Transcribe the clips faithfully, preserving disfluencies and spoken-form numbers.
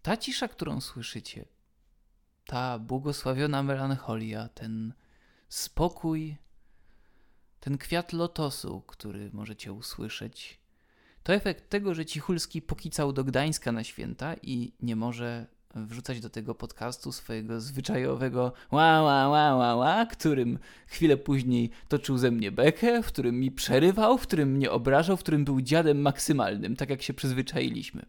ta cisza, którą słyszycie, ta błogosławiona melancholia, ten spokój, ten kwiat lotosu, który możecie usłyszeć, to efekt tego, że Cichulski pokicał do Gdańska na święta i nie może wrzucać do tego podcastu swojego zwyczajowego ła, ła, ła, ła, ła, którym chwilę później toczył ze mnie bekę, w którym mi przerywał, w którym mnie obrażał, w którym był dziadem maksymalnym, tak jak się przyzwyczailiśmy.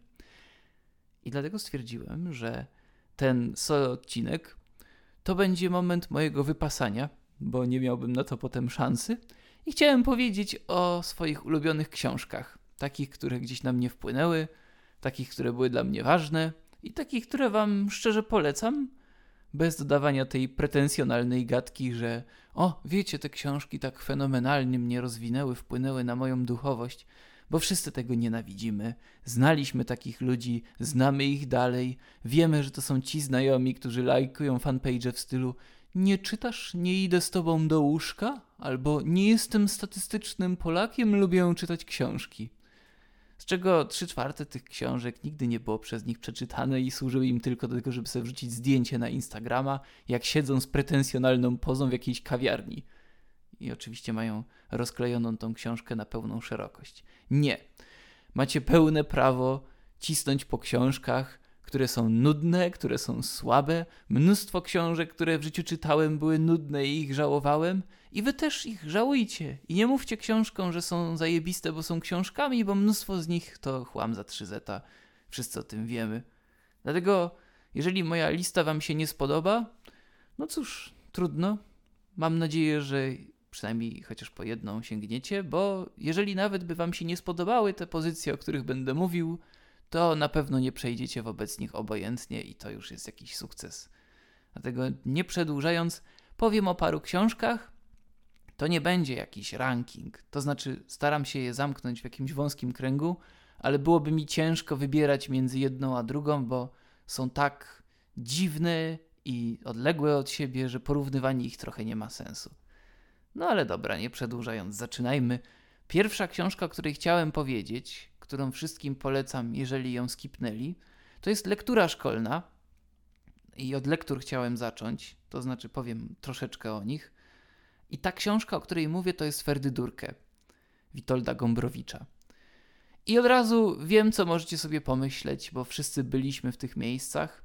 I dlatego stwierdziłem, że ten solo odcinek to będzie moment mojego wypasania, bo nie miałbym na to potem szansy. I chciałem powiedzieć o swoich ulubionych książkach. Takich, które gdzieś na mnie wpłynęły, takich, które były dla mnie ważne i takich, które wam szczerze polecam, bez dodawania tej pretensjonalnej gadki, że o, wiecie, te książki tak fenomenalnie mnie rozwinęły, wpłynęły na moją duchowość, bo wszyscy tego nienawidzimy. Znaliśmy takich ludzi, znamy ich dalej, wiemy, że to są ci znajomi, którzy lajkują fanpage w stylu nie czytasz, nie idę z tobą do łóżka? Albo nie jestem statystycznym Polakiem, lubię czytać książki. Z czego trzy czwarte tych książek nigdy nie było przez nich przeczytane i służyły im tylko do tego, żeby sobie wrzucić zdjęcie na Instagrama, jak siedzą z pretensjonalną pozą w jakiejś kawiarni. I oczywiście mają rozklejoną tą książkę na pełną szerokość. Nie. Macie pełne prawo cisnąć po książkach, które są nudne, które są słabe. Mnóstwo książek, które w życiu czytałem, były nudne i ich żałowałem. I wy też ich żałujcie. I nie mówcie książkom, że są zajebiste, bo są książkami, bo mnóstwo z nich to chłam za trzy zeta. Wszyscy o tym wiemy. Dlatego, jeżeli moja lista wam się nie spodoba, no cóż, trudno. Mam nadzieję, że przynajmniej chociaż po jedną sięgniecie, bo jeżeli nawet by wam się nie spodobały te pozycje, o których będę mówił, to na pewno nie przejdziecie wobec nich obojętnie i to już jest jakiś sukces. Dlatego nie przedłużając, powiem o paru książkach. To nie będzie jakiś ranking, to znaczy staram się je zamknąć w jakimś wąskim kręgu, ale byłoby mi ciężko wybierać między jedną a drugą, bo są tak dziwne i odległe od siebie, że porównywanie ich trochę nie ma sensu. No ale dobra, nie przedłużając, zaczynajmy. Pierwsza książka, o której chciałem powiedzieć, którą wszystkim polecam, jeżeli ją skipnęli, to jest lektura szkolna i od lektur chciałem zacząć, to znaczy powiem troszeczkę o nich. I ta książka, o której mówię, to jest Ferdydurke Witolda Gombrowicza. I od razu wiem, co możecie sobie pomyśleć, bo wszyscy byliśmy w tych miejscach.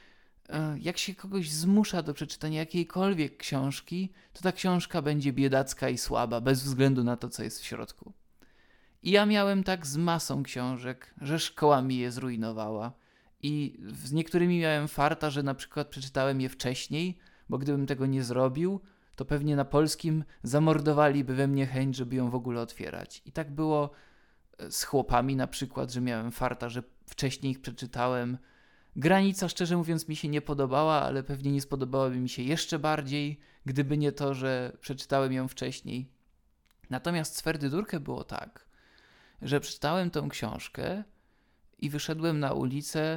Jak się kogoś zmusza do przeczytania jakiejkolwiek książki, to ta książka będzie biedacka i słaba, bez względu na to, co jest w środku. I ja miałem tak z masą książek, że szkoła mi je zrujnowała. I z niektórymi miałem farta, że na przykład przeczytałem je wcześniej, bo gdybym tego nie zrobił, to pewnie na polskim zamordowaliby we mnie chęć, żeby ją w ogóle otwierać. I tak było z chłopami na przykład, że miałem farta, że wcześniej ich przeczytałem. Granica, szczerze mówiąc, mi się nie podobała, ale pewnie nie spodobałaby mi się jeszcze bardziej, gdyby nie to, że przeczytałem ją wcześniej. Natomiast z Ferdydurke było tak, że przeczytałem tę książkę i wyszedłem na ulicę,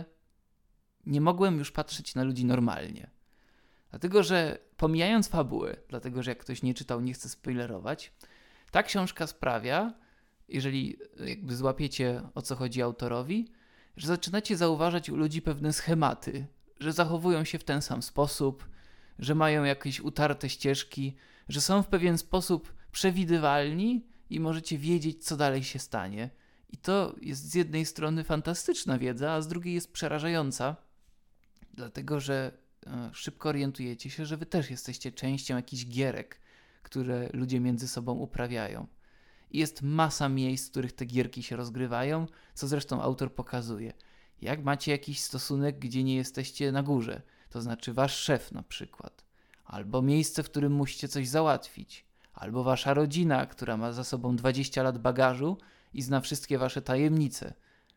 nie mogłem już patrzeć na ludzi normalnie. Dlatego, że pomijając fabułę, dlatego, że jak ktoś nie czytał, nie chce spoilerować, ta książka sprawia, jeżeli jakby złapiecie, o co chodzi autorowi, że zaczynacie zauważać u ludzi pewne schematy, że zachowują się w ten sam sposób, że mają jakieś utarte ścieżki, że są w pewien sposób przewidywalni i możecie wiedzieć, co dalej się stanie. I to jest z jednej strony fantastyczna wiedza, a z drugiej jest przerażająca, dlatego, że szybko orientujecie się, że wy też jesteście częścią jakichś gierek, które ludzie między sobą uprawiają. I jest masa miejsc, w których te gierki się rozgrywają, co zresztą autor pokazuje. Jak macie jakiś stosunek, gdzie nie jesteście na górze, to znaczy wasz szef na przykład, albo miejsce, w którym musicie coś załatwić, albo wasza rodzina, która ma za sobą dwadzieścia lat bagażu i zna wszystkie wasze tajemnice,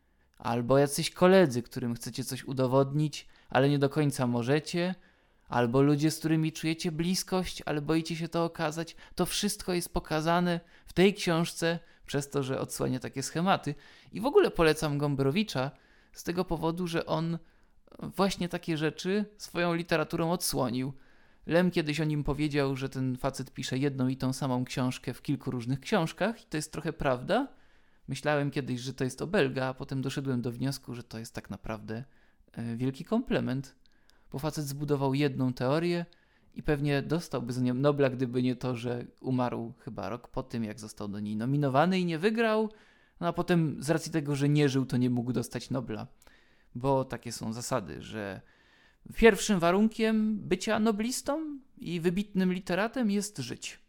albo jacyś koledzy, którym chcecie coś udowodnić, ale nie do końca możecie, albo ludzie, z którymi czujecie bliskość, ale boicie się to okazać. To wszystko jest pokazane w tej książce przez to, że odsłania takie schematy. I w ogóle polecam Gombrowicza z tego powodu, że on właśnie takie rzeczy swoją literaturą odsłonił. Lem kiedyś o nim powiedział, że ten facet pisze jedną i tą samą książkę w kilku różnych książkach i to jest trochę prawda. Myślałem kiedyś, że to jest obelga, a potem doszedłem do wniosku, że to jest tak naprawdę wielki komplement, bo facet zbudował jedną teorię i pewnie dostałby za nią Nobla, gdyby nie to, że umarł chyba rok po tym, jak został do niej nominowany i nie wygrał, no a potem z racji tego, że nie żył, to nie mógł dostać Nobla, bo takie są zasady, że pierwszym warunkiem bycia noblistą i wybitnym literatem jest żyć.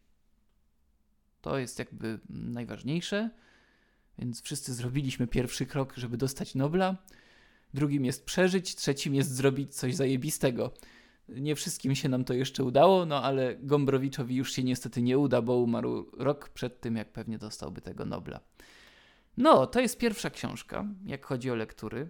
To jest jakby najważniejsze, więc wszyscy zrobiliśmy pierwszy krok, żeby dostać Nobla. Drugim jest przeżyć, trzecim jest zrobić coś zajebistego. Nie wszystkim się nam to jeszcze udało, no ale Gombrowiczowi już się niestety nie uda, bo umarł rok przed tym, jak pewnie dostałby tego Nobla. No, to jest pierwsza książka, jak chodzi o lektury.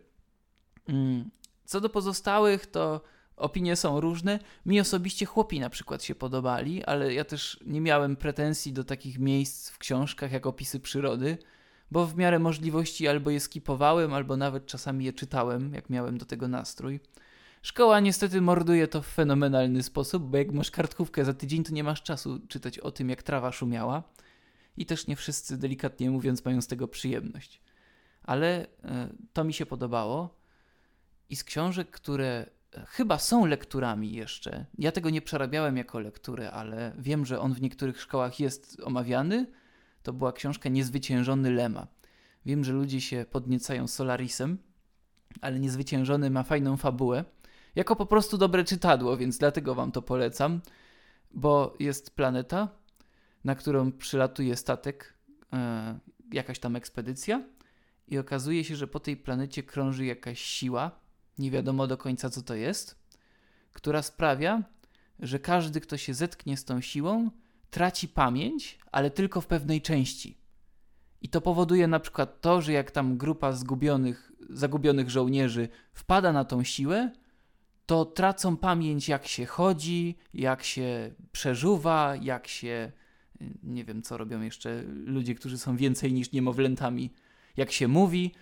Co do pozostałych, to opinie są różne. Mi osobiście Chłopi na przykład się podobali, ale ja też nie miałem pretensji do takich miejsc w książkach jak opisy przyrody, bo w miarę możliwości albo je skipowałem, albo nawet czasami je czytałem, jak miałem do tego nastrój. Szkoła niestety morduje to w fenomenalny sposób, bo jak masz kartkówkę za tydzień, to nie masz czasu czytać o tym, jak trawa szumiała. I też nie wszyscy, delikatnie mówiąc, mają z tego przyjemność. Ale e, to mi się podobało. I z książek, które chyba są lekturami jeszcze, ja tego nie przerabiałem jako lekturę, ale wiem, że on w niektórych szkołach jest omawiany, to była książka Niezwyciężony Lema. Wiem, że ludzie się podniecają Solarisem, ale Niezwyciężony ma fajną fabułę, jako po prostu dobre czytadło, więc dlatego wam to polecam, bo jest planeta, na którą przylatuje statek, e, jakaś tam ekspedycja i okazuje się, że po tej planecie krąży jakaś siła, nie wiadomo do końca co to jest, która sprawia, że każdy, kto się zetknie z tą siłą, traci pamięć, ale tylko w pewnej części. I to powoduje na przykład to, że jak tam grupa zgubionych, zagubionych żołnierzy wpada na tą siłę, to tracą pamięć, jak się chodzi, jak się przeżuwa, jak się... Nie wiem, co robią jeszcze ludzie, którzy są więcej niż niemowlętami, jak się mówi,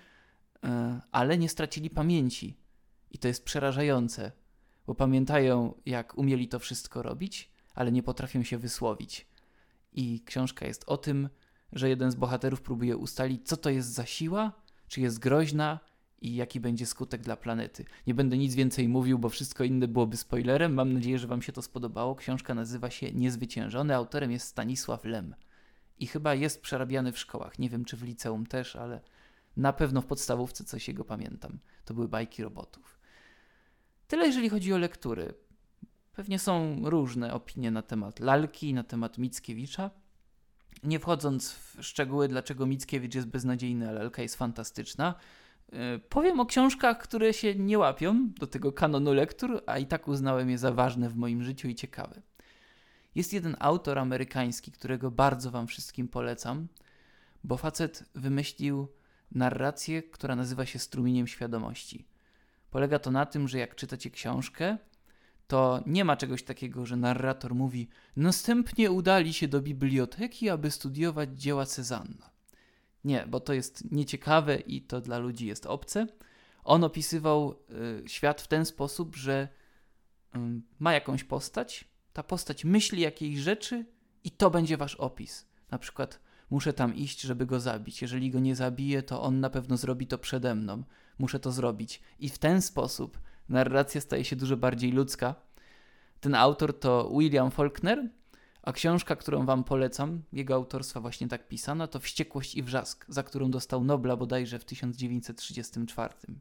ale nie stracili pamięci. I to jest przerażające, bo pamiętają, jak umieli to wszystko robić, ale nie potrafią się wysłowić. I książka jest o tym, że jeden z bohaterów próbuje ustalić, co to jest za siła, czy jest groźna i jaki będzie skutek dla planety. Nie będę nic więcej mówił, bo wszystko inne byłoby spoilerem. Mam nadzieję, że wam się to spodobało. Książka nazywa się Niezwyciężony. Autorem jest Stanisław Lem. I chyba jest przerabiany w szkołach. Nie wiem, czy w liceum też, ale na pewno w podstawówce coś jego pamiętam. To były bajki robotów. Tyle, jeżeli chodzi o lektury. Pewnie są różne opinie na temat Lalki, na temat Mickiewicza. Nie wchodząc w szczegóły, dlaczego Mickiewicz jest beznadziejny, a Lalka jest fantastyczna, yy, powiem o książkach, które się nie łapią do tego kanonu lektur, a i tak uznałem je za ważne w moim życiu i ciekawe. Jest jeden autor amerykański, którego bardzo wam wszystkim polecam, bo facet wymyślił narrację, która nazywa się Strumieniem Świadomości. Polega to na tym, że jak czytacie książkę, to nie ma czegoś takiego, że narrator mówi: następnie udali się do biblioteki, aby studiować dzieła Cezanna. Nie, bo to jest nieciekawe i to dla ludzi jest obce. On opisywał y, świat w ten sposób, że y, ma jakąś postać, ta postać myśli jakiejś rzeczy i to będzie wasz opis. Na przykład muszę tam iść, żeby go zabić. Jeżeli go nie zabiję, to on na pewno zrobi to przede mną. Muszę to zrobić. I w ten sposób narracja staje się dużo bardziej ludzka. Ten autor to William Faulkner, a książka, którą wam polecam, jego autorstwa właśnie tak pisana, to Wściekłość i Wrzask, za którą dostał Nobla bodajże w tysiąc dziewięćset trzydziestym czwartym.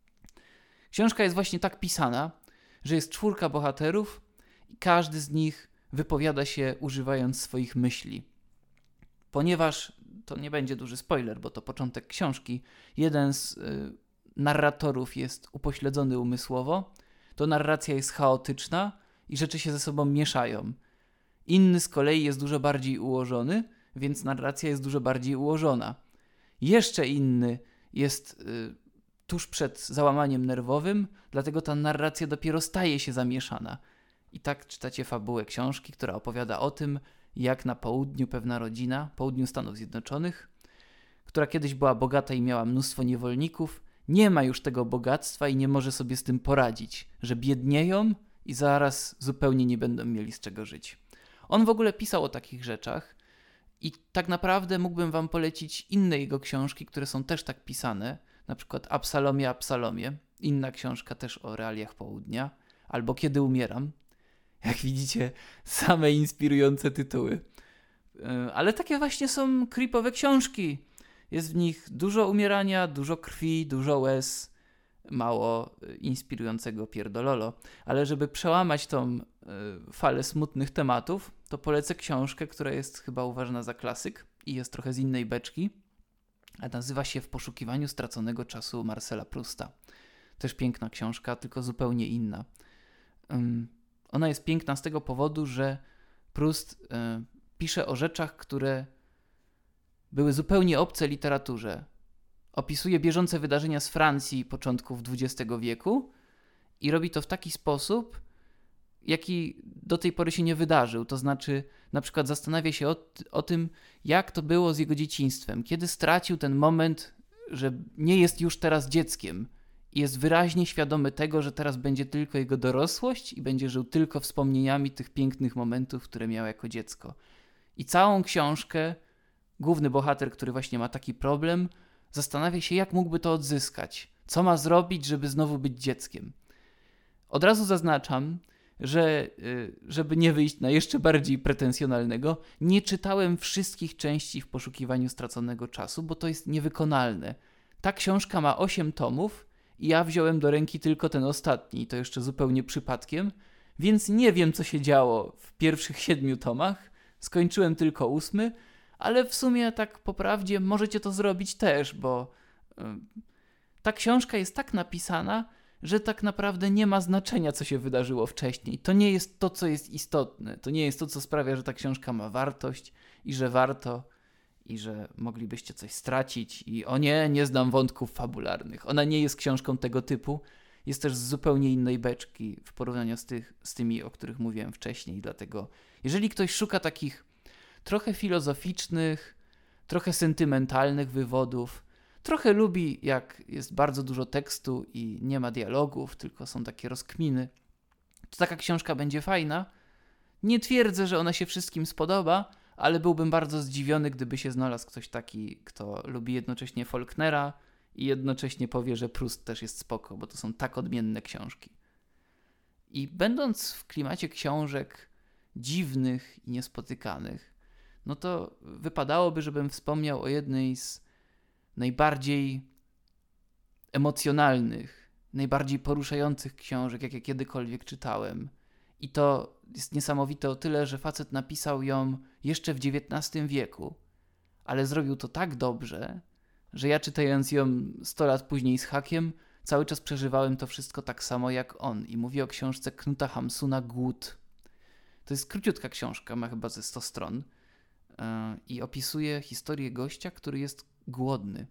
Książka jest właśnie tak pisana, że jest czwórka bohaterów i każdy z nich wypowiada się używając swoich myśli. Ponieważ, to nie będzie duży spoiler, bo to początek książki, jeden z y, narratorów jest upośledzony umysłowo, to narracja jest chaotyczna i rzeczy się ze sobą mieszają. Inny z kolei jest dużo bardziej ułożony, więc narracja jest dużo bardziej ułożona. Jeszcze inny jest y, tuż przed załamaniem nerwowym, dlatego ta narracja dopiero staje się zamieszana. I tak czytacie fabułę książki, która opowiada o tym, jak na południu pewna rodzina, południu Stanów Zjednoczonych, która kiedyś była bogata i miała mnóstwo niewolników, nie ma już tego bogactwa i nie może sobie z tym poradzić, że biednieją i zaraz zupełnie nie będą mieli z czego żyć. On w ogóle pisał o takich rzeczach i tak naprawdę mógłbym wam polecić inne jego książki, które są też tak pisane, na przykład Absalomie, Absalomie. Inna książka też o realiach południa. Albo Kiedy umieram. Jak widzicie, same inspirujące tytuły. Ale takie właśnie są creepowe książki. Jest w nich dużo umierania, dużo krwi, dużo łez, mało inspirującego pierdololo. Ale żeby przełamać tą falę smutnych tematów, to polecę książkę, która jest chyba uważana za klasyk i jest trochę z innej beczki, a nazywa się W poszukiwaniu straconego czasu Marcela Prousta. Też piękna książka, tylko zupełnie inna. Um, ona jest piękna z tego powodu, że Proust y, pisze o rzeczach, które były zupełnie obce literaturze. Opisuje bieżące wydarzenia z Francji początków dwudziestego wieku i robi to w taki sposób, jaki do tej pory się nie wydarzył. To znaczy, na przykład zastanawia się o, o tym, jak to było z jego dzieciństwem, kiedy stracił ten moment, że nie jest już teraz dzieckiem i jest wyraźnie świadomy tego, że teraz będzie tylko jego dorosłość i będzie żył tylko wspomnieniami tych pięknych momentów, które miał jako dziecko. I całą książkę główny bohater, który właśnie ma taki problem, zastanawia się, jak mógłby to odzyskać. Co ma zrobić, żeby znowu być dzieckiem. Od razu zaznaczam, że żeby nie wyjść na jeszcze bardziej pretensjonalnego, nie czytałem wszystkich części W poszukiwaniu straconego czasu, bo to jest niewykonalne. Ta książka ma osiem tomów i ja wziąłem do ręki tylko ten ostatni, to jeszcze zupełnie przypadkiem, więc nie wiem, co się działo w pierwszych siedmiu tomach. Skończyłem tylko ósmy, ale w sumie tak po prawdzie możecie to zrobić też, bo y, ta książka jest tak napisana, że tak naprawdę nie ma znaczenia, co się wydarzyło wcześniej. To nie jest to, co jest istotne. To nie jest to, co sprawia, że ta książka ma wartość i że warto, i że moglibyście coś stracić. I o nie, nie znam wątków fabularnych. Ona nie jest książką tego typu. Jest też z zupełnie innej beczki w porównaniu z, tych, z tymi, o których mówiłem wcześniej. Dlatego, jeżeli ktoś szuka takich trochę filozoficznych, trochę sentymentalnych wywodów, trochę lubi, jak jest bardzo dużo tekstu i nie ma dialogów, tylko są takie rozkminy, to taka książka będzie fajna. Nie twierdzę, że ona się wszystkim spodoba, ale byłbym bardzo zdziwiony, gdyby się znalazł ktoś taki, kto lubi jednocześnie Faulknera i jednocześnie powie, że Proust też jest spoko, bo to są tak odmienne książki. I będąc w klimacie książek dziwnych i niespotykanych, no to wypadałoby, żebym wspomniał o jednej z najbardziej emocjonalnych, najbardziej poruszających książek, jakie kiedykolwiek czytałem. I to jest niesamowite o tyle, że facet napisał ją jeszcze w dziewiętnastym wieku, ale zrobił to tak dobrze, że ja czytając ją sto lat później z hakiem, cały czas przeżywałem to wszystko tak samo jak on. I mówię o książce Knuta Hamsuna Głód. To jest króciutka książka, ma chyba ze sto stron yy, i opisuje historię gościa, który jest głodny.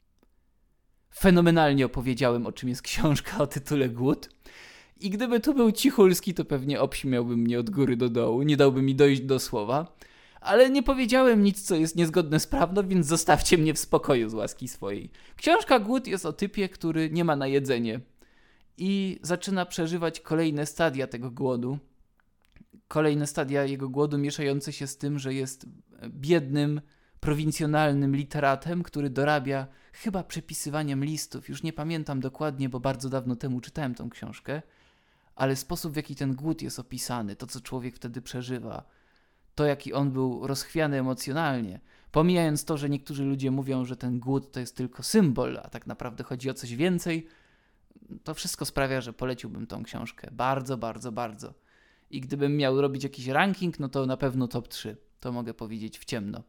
Fenomenalnie opowiedziałem, o czym jest książka o tytule Głód. I gdyby tu był Cichulski, to pewnie obśmiałby mnie od góry do dołu, nie dałby mi dojść do słowa. Ale nie powiedziałem nic, co jest niezgodne z prawdą, więc zostawcie mnie w spokoju z łaski swojej. Książka Głód jest o typie, który nie ma na jedzenie i zaczyna przeżywać kolejne stadia tego głodu. Kolejne stadia jego głodu mieszające się z tym, że jest biednym, prowincjonalnym literatem, który dorabia chyba przepisywaniem listów. Już nie pamiętam dokładnie, bo bardzo dawno temu czytałem tą książkę, ale sposób, w jaki ten głód jest opisany, to, co człowiek wtedy przeżywa, to, jaki on był rozchwiany emocjonalnie, pomijając to, że niektórzy ludzie mówią, że ten głód to jest tylko symbol, a tak naprawdę chodzi o coś więcej, to wszystko sprawia, że poleciłbym tą książkę. Bardzo, bardzo, bardzo. I gdybym miał robić jakiś ranking, no to na pewno top trzy. To mogę powiedzieć w ciemno.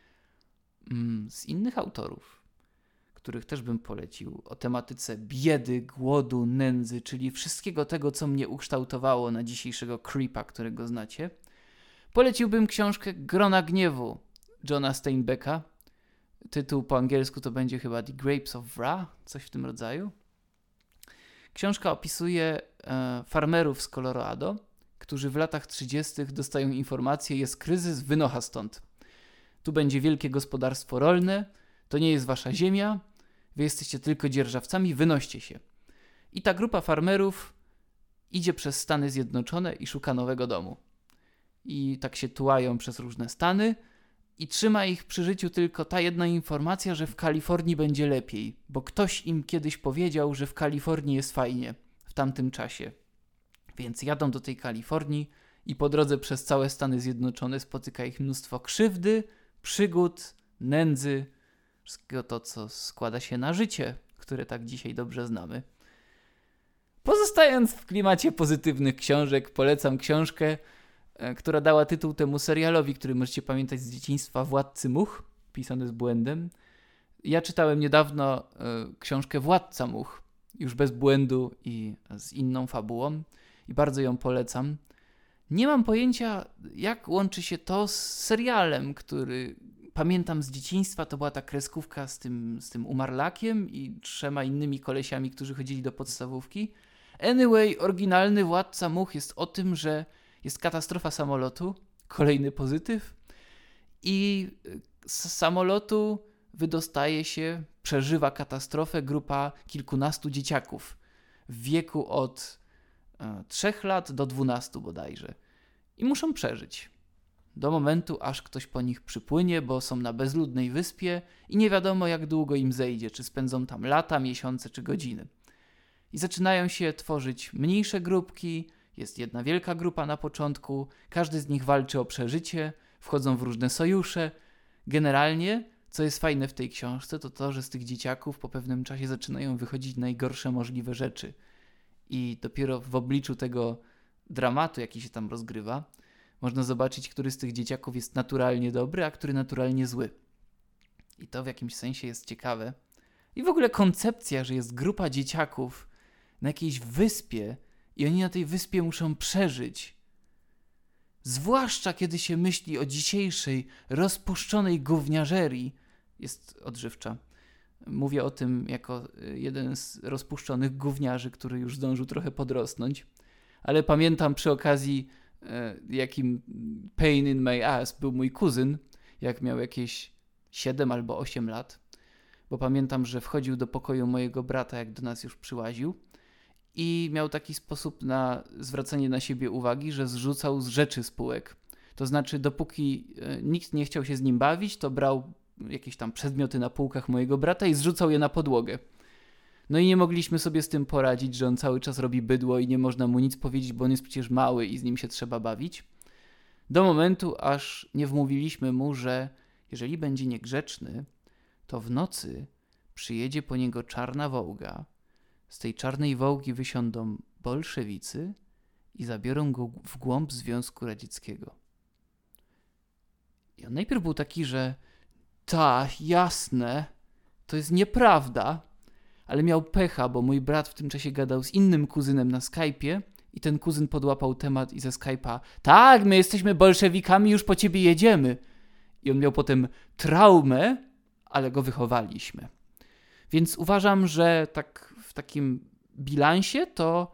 Z innych autorów, których też bym polecił, o tematyce biedy, głodu, nędzy, czyli wszystkiego tego, co mnie ukształtowało na dzisiejszego creepa, którego znacie, poleciłbym książkę Grona Gniewu Johna Steinbecka. Tytuł po angielsku to będzie chyba The Grapes of Wrath, coś w tym rodzaju. Książka opisuje e, farmerów z Colorado, którzy w latach trzydziestych dostają informację, jest kryzys, wynocha stąd. Tu będzie wielkie gospodarstwo rolne, to nie jest wasza ziemia, wy jesteście tylko dzierżawcami, wynoście się. I ta grupa farmerów idzie przez Stany Zjednoczone i szuka nowego domu. I tak się tułają przez różne stany i trzyma ich przy życiu tylko ta jedna informacja, że w Kalifornii będzie lepiej, bo ktoś im kiedyś powiedział, że w Kalifornii jest fajnie w tamtym czasie. Więc jadą do tej Kalifornii i po drodze przez całe Stany Zjednoczone spotyka ich mnóstwo krzywdy, przygód, nędzy, wszystkiego to, co składa się na życie, które tak dzisiaj dobrze znamy. Pozostając w klimacie pozytywnych książek, polecam książkę, która dała tytuł temu serialowi, który możecie pamiętać z dzieciństwa, Władcy Much, pisany z błędem. Ja czytałem niedawno y, książkę Władca Much, już bez błędu i z inną fabułą i bardzo ją polecam. Nie mam pojęcia, jak łączy się to z serialem, który pamiętam z dzieciństwa. To była ta kreskówka z tym, z tym umarlakiem i trzema innymi kolesiami, którzy chodzili do podstawówki. Anyway, oryginalny Władca Much jest o tym, że jest katastrofa samolotu, kolejny pozytyw, i z samolotu wydostaje się, przeżywa katastrofę grupa kilkunastu dzieciaków w wieku od e, trzech lat do dwunastu bodajże. I muszą przeżyć do momentu, aż ktoś po nich przypłynie, bo są na bezludnej wyspie i nie wiadomo, jak długo im zejdzie, czy spędzą tam lata, miesiące czy godziny. I zaczynają się tworzyć mniejsze grupki, jest jedna wielka grupa na początku, każdy z nich walczy o przeżycie, wchodzą w różne sojusze. Generalnie, co jest fajne w tej książce, to to, że z tych dzieciaków po pewnym czasie zaczynają wychodzić najgorsze możliwe rzeczy. I dopiero w obliczu tego dramatu, jaki się tam rozgrywa, można zobaczyć, który z tych dzieciaków jest naturalnie dobry, a który naturalnie zły. I to w jakimś sensie jest ciekawe. I w ogóle koncepcja, że jest grupa dzieciaków na jakiejś wyspie i oni na tej wyspie muszą przeżyć. Zwłaszcza kiedy się myśli o dzisiejszej rozpuszczonej gówniarzerii, jest odżywcza. Mówię o tym jako jeden z rozpuszczonych gówniarzy, który już zdążył trochę podrosnąć. Ale pamiętam przy okazji, jakim pain in my ass był mój kuzyn, jak miał jakieś siedem albo osiem lat. Bo pamiętam, że wchodził do pokoju mojego brata, jak do nas już przyłaził, i miał taki sposób na zwracanie na siebie uwagi, że zrzucał z rzeczy z półek. To znaczy, dopóki nikt nie chciał się z nim bawić, to brał jakieś tam przedmioty na półkach mojego brata i zrzucał je na podłogę. No i nie mogliśmy sobie z tym poradzić, że on cały czas robi bydło i nie można mu nic powiedzieć, bo on jest przecież mały i z nim się trzeba bawić. Do momentu, aż nie wmówiliśmy mu, że jeżeli będzie niegrzeczny, to w nocy przyjedzie po niego czarna wołga. Z tej czarnej wołgi wysiądą bolszewicy i zabiorą go w głąb Związku Radzieckiego. I on najpierw był taki, że ta, jasne, to jest nieprawda, ale miał pecha, bo mój brat w tym czasie gadał z innym kuzynem na Skype'ie i ten kuzyn podłapał temat i ze Skype'a: tak, my jesteśmy bolszewikami, już po ciebie jedziemy. I on miał potem traumę, ale go wychowaliśmy. Więc uważam, że tak w takim bilansie to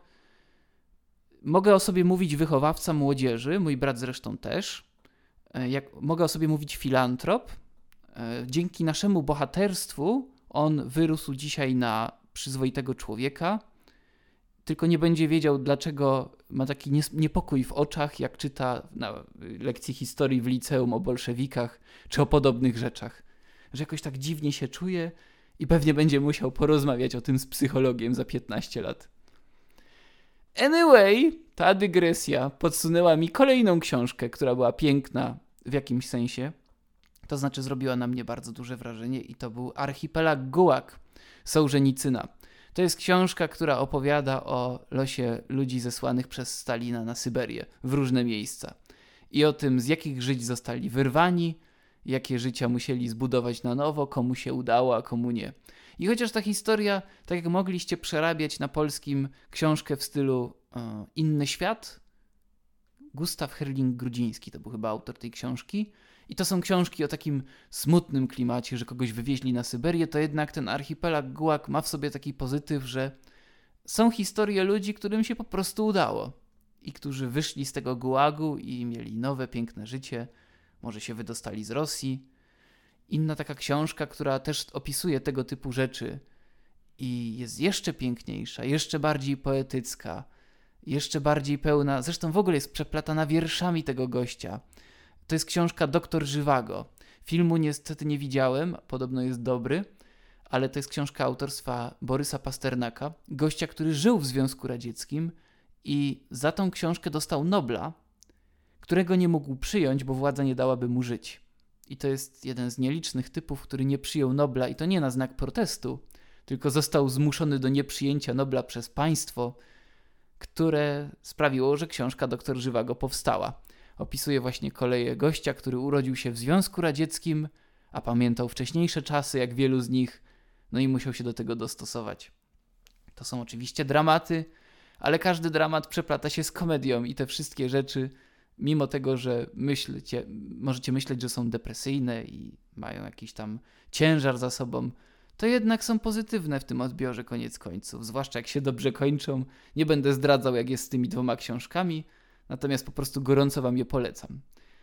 mogę o sobie mówić wychowawca młodzieży, mój brat zresztą też. Jak, mogę o sobie mówić filantrop. Dzięki naszemu bohaterstwu on wyrósł dzisiaj na przyzwoitego człowieka, tylko nie będzie wiedział, dlaczego ma taki niepokój w oczach, jak czyta na lekcji historii w liceum o bolszewikach czy o podobnych rzeczach. Że jakoś tak dziwnie się czuje i pewnie będzie musiał porozmawiać o tym z psychologiem za piętnaście lat. Anyway, ta dygresja podsunęła mi kolejną książkę, która była piękna w jakimś sensie. To znaczy zrobiła na mnie bardzo duże wrażenie i to był Archipelag Gułag Sołżenicyna. To jest książka, która opowiada o losie ludzi zesłanych przez Stalina na Syberię w różne miejsca. I o tym, z jakich żyć zostali wyrwani, jakie życia musieli zbudować na nowo, komu się udało, a komu nie. I chociaż ta historia, tak jak mogliście przerabiać na polskim książkę w stylu e, Inny świat, Gustaw Herling-Grudziński to był chyba autor tej książki, i to są książki o takim smutnym klimacie, że kogoś wywieźli na Syberię, to jednak ten Archipelag Gułag ma w sobie taki pozytyw, że są historie ludzi, którym się po prostu udało i którzy wyszli z tego gułagu i mieli nowe, piękne życie, może się wydostali z Rosji. Inna taka książka, która też opisuje tego typu rzeczy i jest jeszcze piękniejsza, jeszcze bardziej poetycka, jeszcze bardziej pełna, zresztą w ogóle jest przeplatana wierszami tego gościa. To jest książka Doktor Żywago. Filmu niestety nie widziałem, podobno jest dobry, ale to jest książka autorstwa Borysa Pasternaka, gościa, który żył w Związku Radzieckim i za tą książkę dostał Nobla, którego nie mógł przyjąć, bo władza nie dałaby mu żyć. I to jest jeden z nielicznych typów, który nie przyjął Nobla i to nie na znak protestu, tylko został zmuszony do nieprzyjęcia Nobla przez państwo, które sprawiło, że książka Doktor Żywago powstała. Opisuje właśnie koleje gościa, który urodził się w Związku Radzieckim, a pamiętał wcześniejsze czasy, jak wielu z nich, no i musiał się do tego dostosować. To są oczywiście dramaty, ale każdy dramat przeplata się z komedią i te wszystkie rzeczy, mimo tego, że myślcie, możecie myśleć, że są depresyjne i mają jakiś tam ciężar za sobą, to jednak są pozytywne w tym odbiorze koniec końców, zwłaszcza jak się dobrze kończą. Nie będę zdradzał, jak jest z tymi dwoma książkami, natomiast po prostu gorąco wam je polecam.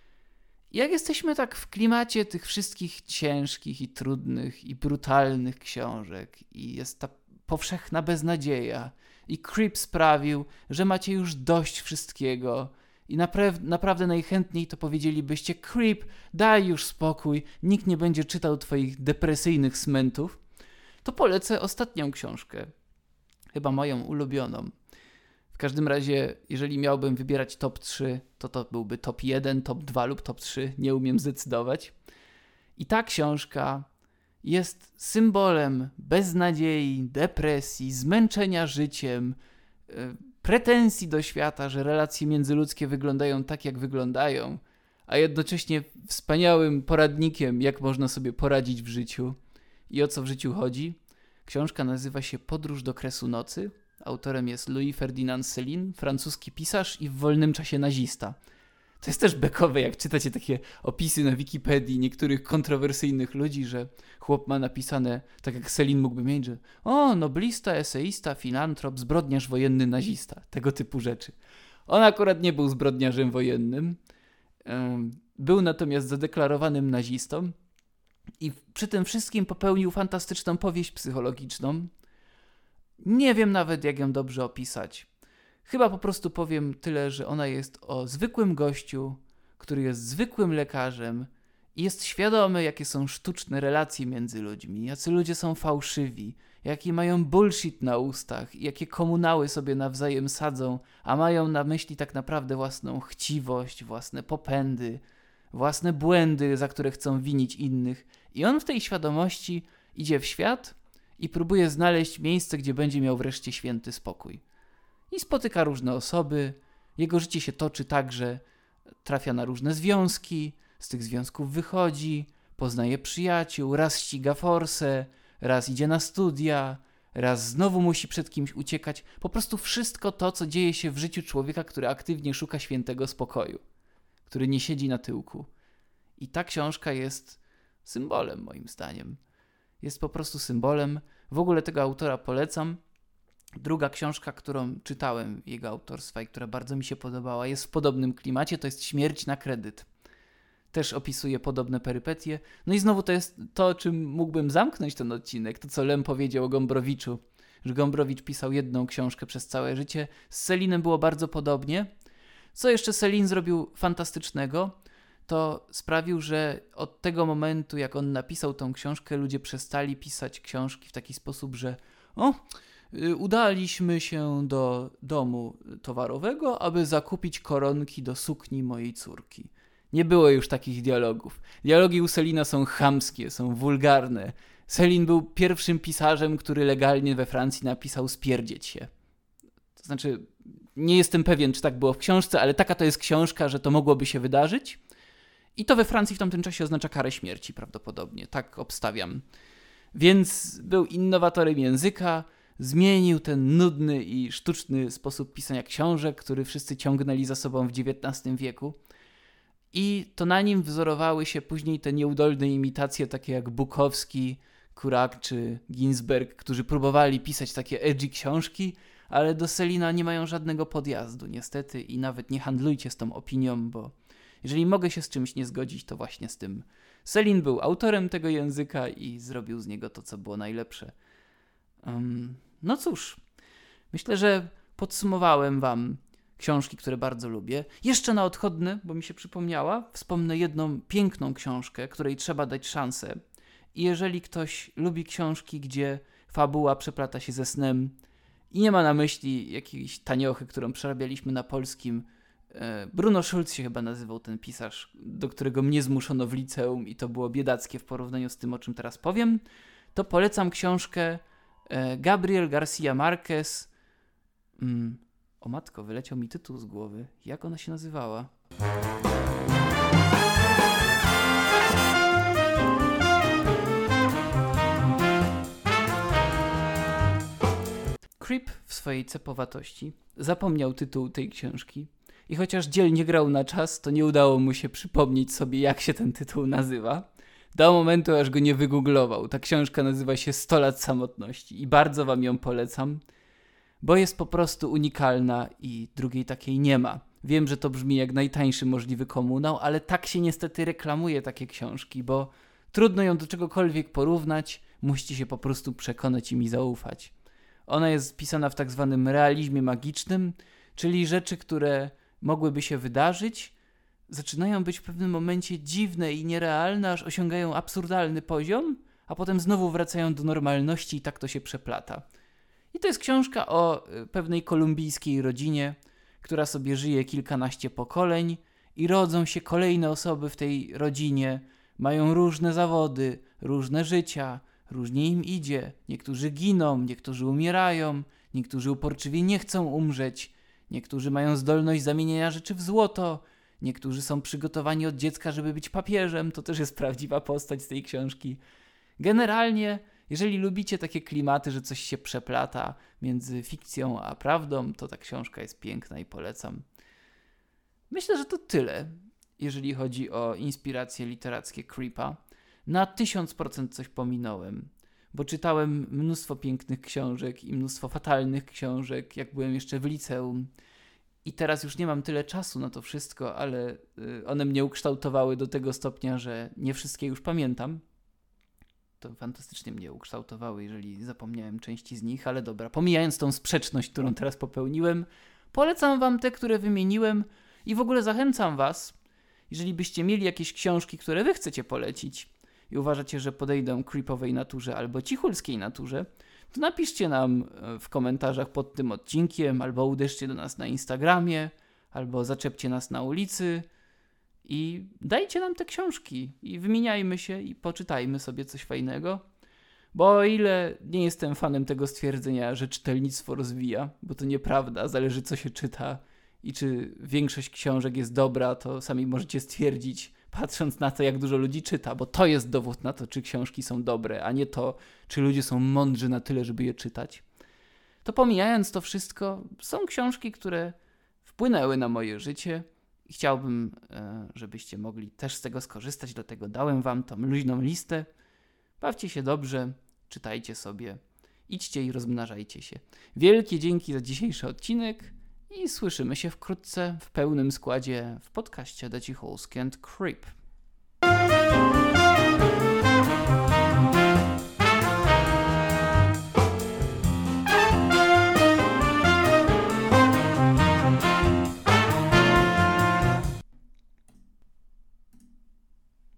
Jak jesteśmy tak w klimacie tych wszystkich ciężkich i trudnych i brutalnych książek i jest ta powszechna beznadzieja i Creep sprawił, że macie już dość wszystkiego i napra- naprawdę najchętniej to powiedzielibyście: Creep, daj już spokój, nikt nie będzie czytał twoich depresyjnych smentów, to polecę ostatnią książkę, chyba moją ulubioną. W każdym razie, jeżeli miałbym wybierać top trzy, to to byłby top jeden, top dwa lub top trzy, nie umiem zdecydować. I ta książka jest symbolem beznadziei, depresji, zmęczenia życiem, pretensji do świata, że relacje międzyludzkie wyglądają tak, jak wyglądają, a jednocześnie wspaniałym poradnikiem, jak można sobie poradzić w życiu i o co w życiu chodzi. Książka nazywa się Podróż do kresu nocy. Autorem jest Louis Ferdinand Céline, francuski pisarz i w wolnym czasie nazista. To jest też bekowe, jak czytacie takie opisy na Wikipedii niektórych kontrowersyjnych ludzi, że chłop ma napisane, tak jak Céline mógłby mieć, że o, noblista, eseista, filantrop, zbrodniarz wojenny, nazista. Tego typu rzeczy. On akurat nie był zbrodniarzem wojennym. Był natomiast zadeklarowanym nazistą i przy tym wszystkim popełnił fantastyczną powieść psychologiczną. Nie wiem nawet, jak ją dobrze opisać. Chyba po prostu powiem tyle, że ona jest o zwykłym gościu, który jest zwykłym lekarzem i jest świadomy, jakie są sztuczne relacje między ludźmi, jacy ludzie są fałszywi, jaki mają bullshit na ustach, jakie komunały sobie nawzajem sadzą, a mają na myśli tak naprawdę własną chciwość, własne popędy, własne błędy, za które chcą winić innych. I on w tej świadomości idzie w świat i próbuje znaleźć miejsce, gdzie będzie miał wreszcie święty spokój. I spotyka różne osoby, jego życie się toczy tak, że trafia na różne związki, z tych związków wychodzi, poznaje przyjaciół, raz ściga forsę, raz idzie na studia, raz znowu musi przed kimś uciekać. Po prostu wszystko to, co dzieje się w życiu człowieka, który aktywnie szuka świętego spokoju, który nie siedzi na tyłku. I ta książka jest symbolem, moim zdaniem. Jest po prostu symbolem. W ogóle tego autora polecam. Druga książka, którą czytałem jego autorstwa i która bardzo mi się podobała, jest w podobnym klimacie, to jest Śmierć na kredyt. Też opisuje podobne perypetie. No i znowu to jest to, czym mógłbym zamknąć ten odcinek, to co Lem powiedział o Gombrowiczu, że Gombrowicz pisał jedną książkę przez całe życie. Z Celinem było bardzo podobnie. Co jeszcze Céline zrobił fantastycznego, to sprawił, że od tego momentu, jak on napisał tą książkę, ludzie przestali pisać książki w taki sposób, że o, udaliśmy się do domu towarowego, aby zakupić koronki do sukni mojej córki. Nie było już takich dialogów. Dialogi u Célina są chamskie, są wulgarne. Céline był pierwszym pisarzem, który legalnie we Francji napisał spierdzieć się. To znaczy, nie jestem pewien, czy tak było w książce, ale taka to jest książka, że to mogłoby się wydarzyć. I to we Francji w tamtym czasie oznacza karę śmierci prawdopodobnie, tak obstawiam. Więc był innowatorem języka, zmienił ten nudny i sztuczny sposób pisania książek, który wszyscy ciągnęli za sobą w dziewiętnastym wieku. I to na nim wzorowały się później te nieudolne imitacje, takie jak Bukowski, Kurak czy Ginsberg, którzy próbowali pisać takie edgy książki, ale do Célina nie mają żadnego podjazdu niestety i nawet nie handlujcie z tą opinią, bo jeżeli mogę się z czymś nie zgodzić, to właśnie z tym. Céline był autorem tego języka i zrobił z niego to, co było najlepsze. Um, no cóż, myślę, że podsumowałem wam książki, które bardzo lubię. Jeszcze na odchodne, bo mi się przypomniała, wspomnę jedną piękną książkę, której trzeba dać szansę. I jeżeli ktoś lubi książki, gdzie fabuła przeplata się ze snem i nie ma na myśli jakiejś taniochy, którą przerabialiśmy na polskim, Bruno Schulz się chyba nazywał ten pisarz, do którego mnie zmuszono w liceum i to było biedackie w porównaniu z tym, o czym teraz powiem, to polecam książkę Gabriel García Márquez. Mm, o matko, wyleciał mi tytuł z głowy. Jak ona się nazywała? Creep w swojej cepowatości zapomniał tytuł tej książki i chociaż dzielnie grał na czas, to nie udało mu się przypomnieć sobie, jak się ten tytuł nazywa. Do momentu, aż go nie wygooglował. Ta książka nazywa się sto lat samotności i bardzo wam ją polecam, bo jest po prostu unikalna i drugiej takiej nie ma. Wiem, że to brzmi jak najtańszy możliwy komunał, ale tak się niestety reklamuje takie książki, bo trudno ją do czegokolwiek porównać, musicie się po prostu przekonać i mi zaufać. Ona jest pisana w tak zwanym realizmie magicznym, czyli rzeczy, które mogłyby się wydarzyć, zaczynają być w pewnym momencie dziwne i nierealne, aż osiągają absurdalny poziom, a potem znowu wracają do normalności i tak to się przeplata. I to jest książka o pewnej kolumbijskiej rodzinie, która sobie żyje kilkanaście pokoleń i rodzą się kolejne osoby w tej rodzinie, mają różne zawody, różne życia, różnie im idzie. Niektórzy giną, niektórzy umierają, niektórzy uporczywie nie chcą umrzeć, niektórzy mają zdolność zamieniania rzeczy w złoto, niektórzy są przygotowani od dziecka, żeby być papieżem. To też jest prawdziwa postać z tej książki. Generalnie, jeżeli lubicie takie klimaty, że coś się przeplata między fikcją a prawdą, to ta książka jest piękna i polecam. Myślę, że to tyle, jeżeli chodzi o inspiracje literackie Creepa. Na tysiąc procent coś pominąłem, bo czytałem mnóstwo pięknych książek i mnóstwo fatalnych książek, jak byłem jeszcze w liceum. I teraz już nie mam tyle czasu na to wszystko, ale one mnie ukształtowały do tego stopnia, że nie wszystkie już pamiętam. To fantastycznie mnie ukształtowały, jeżeli zapomniałem części z nich, ale dobra, pomijając tą sprzeczność, którą teraz popełniłem, polecam wam te, które wymieniłem i w ogóle zachęcam was, jeżeli byście mieli jakieś książki, które wy chcecie polecić i uważacie, że podejdą creepowej naturze albo cichulskiej naturze, to napiszcie nam w komentarzach pod tym odcinkiem, albo uderzcie do nas na Instagramie, albo zaczepcie nas na ulicy i dajcie nam te książki i wymieniajmy się i poczytajmy sobie coś fajnego. Bo o ile nie jestem fanem tego stwierdzenia, że czytelnictwo rozwija, bo to nieprawda, zależy co się czyta i czy większość książek jest dobra, to sami możecie stwierdzić, patrząc na to, jak dużo ludzi czyta, bo to jest dowód na to, czy książki są dobre, a nie to, czy ludzie są mądrzy na tyle, żeby je czytać. To pomijając to wszystko, są książki, które wpłynęły na moje życie i chciałbym, żebyście mogli też z tego skorzystać, dlatego dałem wam tą luźną listę. Bawcie się dobrze, czytajcie sobie, idźcie i rozmnażajcie się. Wielkie dzięki za dzisiejszy odcinek i słyszymy się wkrótce w pełnym składzie w podcaście The Cichulski and Creep.